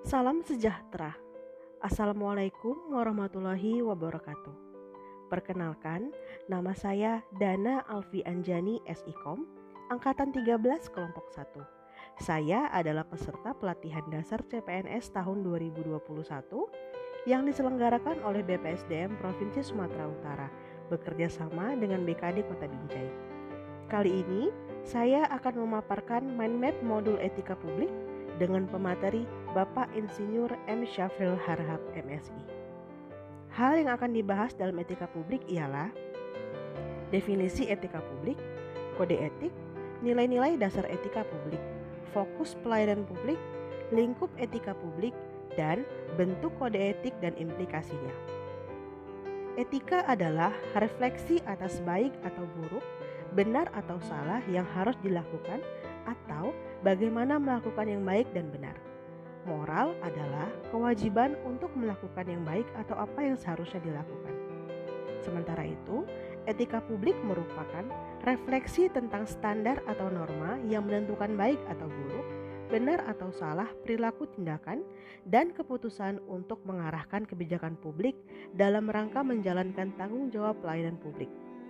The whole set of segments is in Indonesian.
Salam sejahtera. Assalamualaikum warahmatullahi wabarakatuh. Perkenalkan, nama saya Dana Alfi Anjani SIKOM, Angkatan 13 Kelompok 1. Saya adalah peserta pelatihan dasar CPNS tahun 2021 yang diselenggarakan oleh BPSDM Provinsi Sumatera Utara, bekerja sama dengan BKD Kota Binjai. Kali ini, saya akan memaparkan mind map modul etika publik dengan pemateri Bapak Insinyur M. Syafril Harhab MSI. Hal yang akan dibahas dalam etika publik ialah definisi etika publik, kode etik, nilai-nilai dasar etika publik, fokus pelayanan publik, lingkup etika publik, dan bentuk kode etik dan implikasinya. Etika adalah refleksi atas baik atau buruk, benar atau salah yang harus dilakukan, atau bagaimana melakukan yang baik dan benar. Moral adalah kewajiban untuk melakukan yang baik atau apa yang seharusnya dilakukan. Sementara itu, etika publik merupakan refleksi tentang standar atau norma yang menentukan baik atau buruk, benar atau salah perilaku tindakan, dan keputusan untuk mengarahkan kebijakan publik dalam rangka menjalankan tanggung jawab pelayanan publik.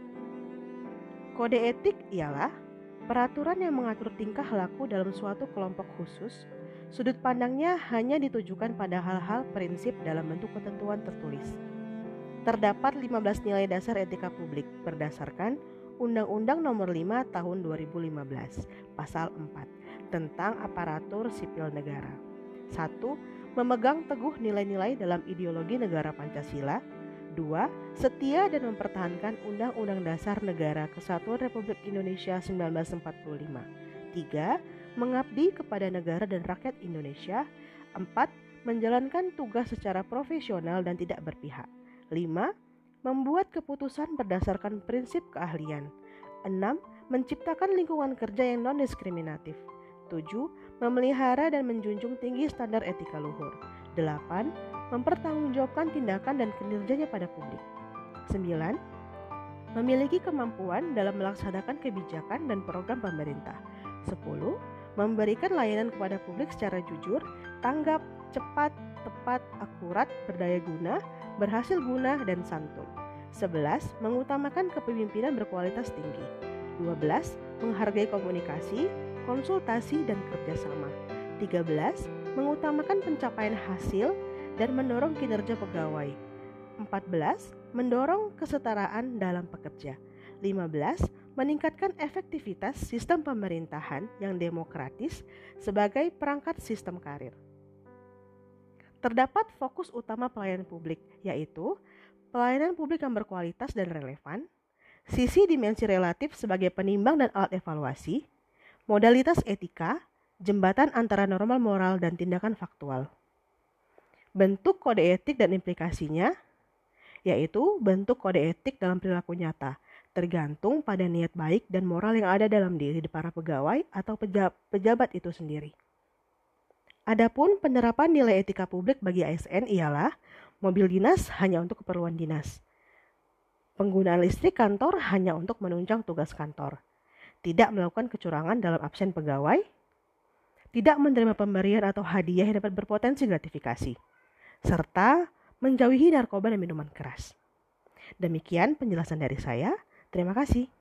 Kode etik ialah peraturan yang mengatur tingkah laku dalam suatu kelompok khusus. Sudut pandangnya hanya ditujukan pada hal-hal prinsip dalam bentuk ketentuan tertulis. Terdapat 15 nilai dasar etika publik berdasarkan Undang-Undang Nomor 5 Tahun 2015, Pasal 4, tentang aparatur sipil negara. 1. Memegang teguh nilai-nilai dalam ideologi negara Pancasila. 2. Setia dan mempertahankan Undang-Undang Dasar Negara Kesatuan Republik Indonesia 1945. 3. Mengabdi kepada negara dan rakyat Indonesia. 4. Menjalankan tugas secara profesional dan tidak berpihak. 5. Membuat keputusan berdasarkan prinsip keahlian. 6. Menciptakan lingkungan kerja yang non-diskriminatif. 7. Memelihara dan menjunjung tinggi standar etika luhur. 8. Mempertanggungjawabkan tindakan dan kinerjanya pada publik. 9. Memiliki kemampuan dalam melaksanakan kebijakan dan program pemerintah. 10. Memberikan layanan kepada publik secara jujur, tanggap, cepat, tepat, akurat, berdaya guna, berhasil guna, dan santun. 11. Mengutamakan kepemimpinan berkualitas tinggi. 12. Menghargai komunikasi, konsultasi, dan kerjasama. 13. Mengutamakan pencapaian hasil dan mendorong kinerja pegawai. 14. Mendorong kesetaraan dalam pekerja. 15. Meningkatkan efektivitas sistem pemerintahan yang demokratis sebagai perangkat sistem karir. Terdapat fokus utama pelayanan publik, yaitu pelayanan publik yang berkualitas dan relevan, sisi dimensi relatif sebagai penimbang dan alat evaluasi, modalitas etika, jembatan antara normal moral dan tindakan faktual. Bentuk kode etik dan implikasinya, yaitu bentuk kode etik dalam perilaku nyata, tergantung pada niat baik dan moral yang ada dalam diri para pegawai atau pejabat itu sendiri. Adapun penerapan nilai etika publik bagi ASN ialah mobil dinas hanya untuk keperluan dinas, penggunaan listrik kantor hanya untuk menunjang tugas kantor, tidak melakukan kecurangan dalam absen pegawai, tidak menerima pemberian atau hadiah yang dapat berpotensi gratifikasi, serta menjauhi narkoba dan minuman keras. Demikian penjelasan dari saya. Terima kasih.